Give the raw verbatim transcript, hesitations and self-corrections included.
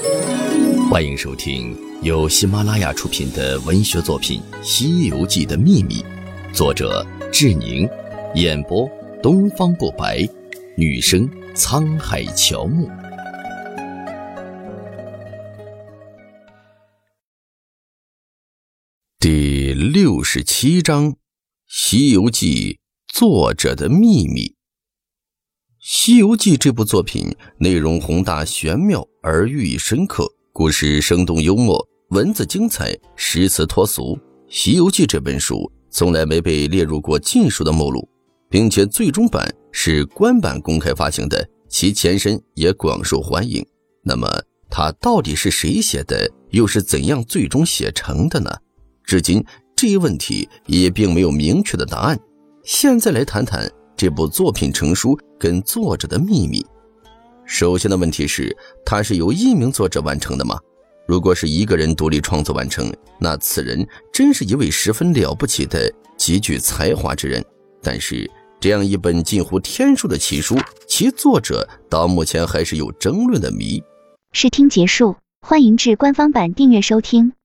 欢迎收听由喜马拉雅出品的文学作品《西游记的秘密》，作者志宁，演播东方不白，女生沧海乔木。第六十七章《西游记》作者的秘密。《西游记》这部作品内容宏大玄妙而寓意深刻，故事生动幽默，文字精彩，诗词脱俗。《西游记》这本书从来没被列入过禁书的目录，并且最终版是官版公开发行的，其前身也广受欢迎。那么它到底是谁写的，又是怎样最终写成的呢？至今这一问题也并没有明确的答案。现在来谈谈这部作品成书跟作者的秘密。首先的问题是，它是由一名作者完成的吗？如果是一个人独立创作完成，那此人真是一位十分了不起的极具才华之人。但是这样一本近乎天书的奇书，其作者到目前还是有争论的谜。 试听结束，欢迎至官方版订阅收听。